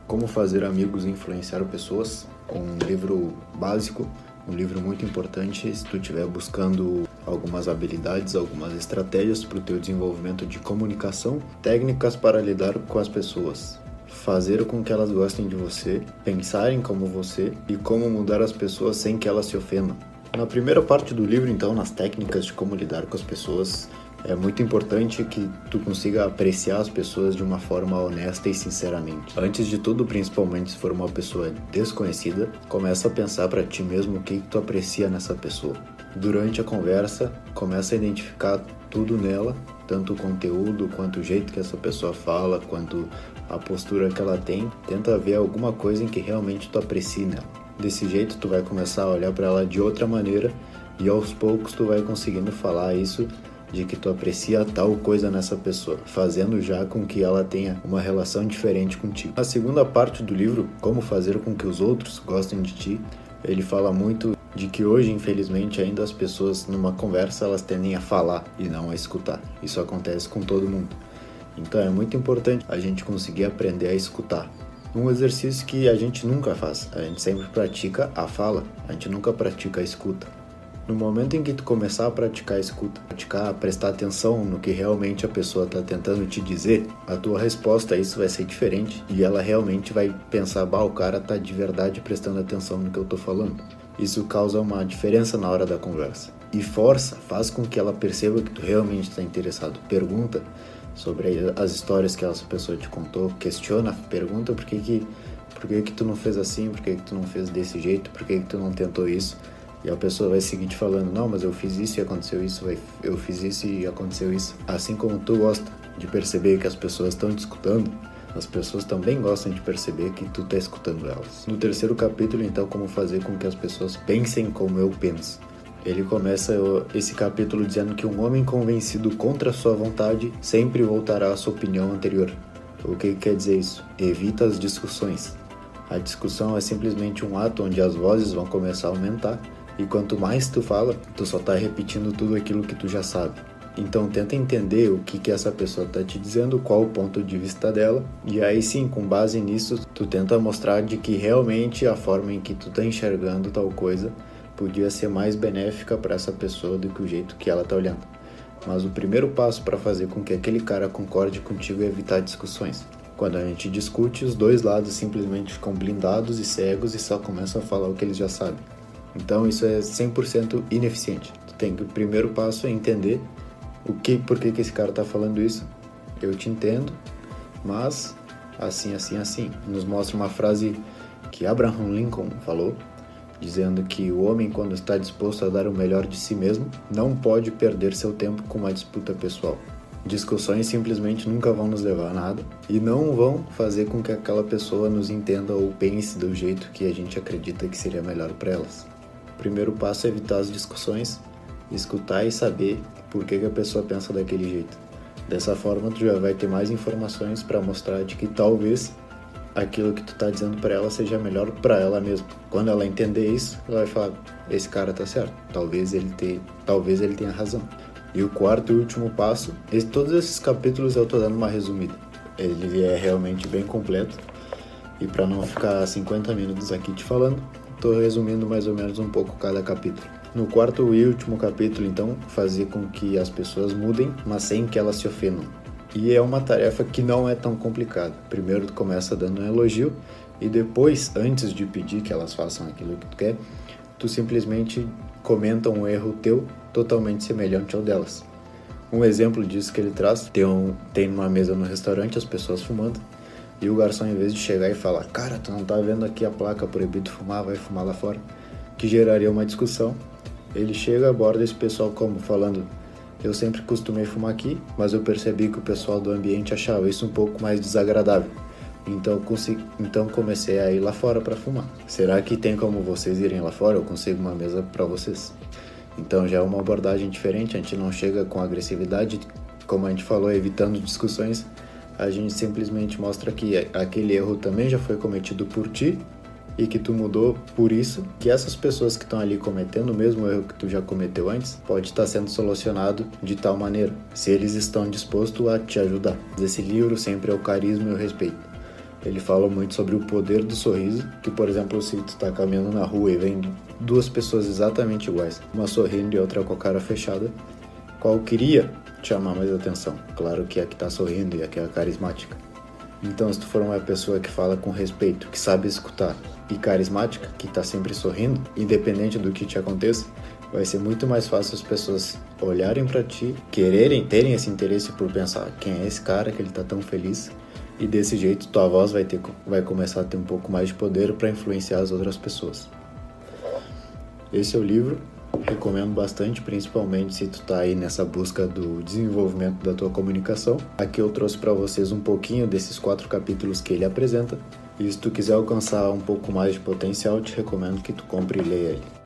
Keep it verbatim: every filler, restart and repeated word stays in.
Como Fazer Amigos e Influenciar Pessoas, um livro básico, um livro muito importante se tu estiver buscando algumas habilidades, algumas estratégias para o teu desenvolvimento de comunicação, técnicas para lidar com as pessoas, fazer com que elas gostem de você, pensarem como você e como mudar as pessoas sem que elas se ofendam. Na primeira parte do livro, então, nas técnicas de como lidar com as pessoas, é muito importante que tu consiga apreciar as pessoas de uma forma honesta e sinceramente. Antes de tudo, principalmente se for uma pessoa desconhecida, começa a pensar para ti mesmo o que tu aprecia nessa pessoa. Durante a conversa, começa a identificar tudo nela, tanto o conteúdo, quanto o jeito que essa pessoa fala, quanto a postura que ela tem. Tenta ver alguma coisa em que realmente tu aprecie nela. Desse jeito, tu vai começar a olhar para ela de outra maneira e aos poucos tu vai conseguindo falar isso de que tu aprecia tal coisa nessa pessoa, fazendo já com que ela tenha uma relação diferente contigo. A segunda parte do livro, Como Fazer com que os Outros Gostem de Ti, ele fala muito de que hoje, infelizmente, ainda as pessoas numa conversa elas tendem a falar e não a escutar. Isso acontece com todo mundo. Então é muito importante a gente conseguir aprender a escutar. Um exercício que a gente nunca faz, a gente sempre pratica a fala, a gente nunca pratica a escuta. No momento em que tu começar a praticar a escuta, praticar, prestar atenção no que realmente a pessoa está tentando te dizer, a tua resposta a isso vai ser diferente e ela realmente vai pensar, bah, o cara tá de verdade prestando atenção no que eu tô falando. Isso causa uma diferença na hora da conversa. E força, faz com que ela perceba que tu realmente está interessado. Pergunta sobre as histórias que essa pessoa te contou, questiona, pergunta por que que, por que, que tu não fez assim, por que, que tu não fez desse jeito, por que, que tu não tentou isso. E a pessoa vai seguir te falando, não, mas eu fiz isso e aconteceu isso, eu fiz isso e aconteceu isso. Assim como tu gosta de perceber que as pessoas estão te escutando, as pessoas também gostam de perceber que tu está escutando elas. No terceiro capítulo, então, como fazer com que as pessoas pensem como eu penso. Ele começa esse capítulo dizendo que um homem convencido contra a sua vontade sempre voltará à sua opinião anterior. O que quer dizer isso? Evita as discussões. A discussão é simplesmente um ato onde as vozes vão começar a aumentar. E quanto mais tu fala, tu só tá repetindo tudo aquilo que tu já sabe. Então tenta entender o que que essa pessoa tá te dizendo, qual o ponto de vista dela. E aí sim, com base nisso, tu tenta mostrar de que realmente a forma em que tu tá enxergando tal coisa podia ser mais benéfica para essa pessoa do que o jeito que ela tá olhando. Mas o primeiro passo para fazer com que aquele cara concorde contigo é evitar discussões. Quando a gente discute, os dois lados simplesmente ficam blindados e cegos e só começam a falar o que eles já sabem. Então isso é cem por cento ineficiente. Tu tem que, o primeiro passo é entender o que, por que, que esse cara está falando isso. Eu te entendo, mas assim, assim, assim. Nos mostra uma frase que Abraham Lincoln falou, dizendo que o homem, quando está disposto a dar o melhor de si mesmo, não pode perder seu tempo com uma disputa pessoal. Discussões simplesmente nunca vão nos levar a nada e não vão fazer com que aquela pessoa nos entenda ou pense do jeito que a gente acredita que seria melhor para elas. O primeiro passo é evitar as discussões, escutar e saber por que, que a pessoa pensa daquele jeito. Dessa forma, tu já vai ter mais informações para mostrar de que talvez aquilo que tu tá dizendo para ela seja melhor para ela mesma. Quando ela entender isso, ela vai falar, esse cara tá certo, talvez ele, te, talvez ele tenha razão. E o quarto e último passo, esse, todos esses capítulos eu tô dando uma resumida. Ele é realmente bem completo. E para não ficar cinquenta minutos aqui te falando, tô resumindo mais ou menos um pouco cada capítulo. No quarto e último capítulo, então, fazer com que as pessoas mudem, mas sem que elas se ofendam. E é uma tarefa que não é tão complicada. Primeiro tu começa dando um elogio e depois, antes de pedir que elas façam aquilo que tu quer, tu simplesmente comenta um erro teu totalmente semelhante ao delas. Um exemplo disso que ele traz, tem, um, tem uma mesa no restaurante, as pessoas fumando, e o garçom, em vez de chegar e falar, cara, tu não tá vendo aqui a placa proibido fumar, vai fumar lá fora, que geraria uma discussão, ele chega, aborda esse pessoal como falando, eu sempre costumei fumar aqui, mas eu percebi que o pessoal do ambiente achava isso um pouco mais desagradável. Então, consegui, então comecei a ir lá fora para fumar. Será que tem como vocês irem lá fora? Eu consigo uma mesa para vocês. Então já é uma abordagem diferente, a gente não chega com agressividade, como a gente falou, evitando discussões. A gente simplesmente mostra que aquele erro também já foi cometido por ti e que tu mudou por isso, que essas pessoas que estão ali cometendo o mesmo erro que tu já cometeu antes, pode estar sendo solucionado de tal maneira, se eles estão dispostos a te ajudar. Esse livro sempre é o carisma e o respeito. Ele fala muito sobre o poder do sorriso, que, por exemplo, se tu tá caminhando na rua e vem duas pessoas exatamente iguais, uma sorrindo e outra com a cara fechada, qual queria te chamar mais atenção? Claro que é a que tá sorrindo e a que é a carismática. Então, se tu for uma pessoa que fala com respeito, que sabe escutar e carismática, que tá sempre sorrindo, independente do que te aconteça, vai ser muito mais fácil as pessoas olharem para ti, quererem, terem esse interesse por pensar quem é esse cara que ele tá tão feliz, e desse jeito tua voz vai, ter, vai começar a ter um pouco mais de poder para influenciar as outras pessoas. Esse é o livro, recomendo bastante, principalmente se tu tá aí nessa busca do desenvolvimento da tua comunicação. Aqui eu trouxe para vocês um pouquinho desses quatro capítulos que ele apresenta, e se tu quiser alcançar um pouco mais de potencial, te recomendo que tu compre e leia ele.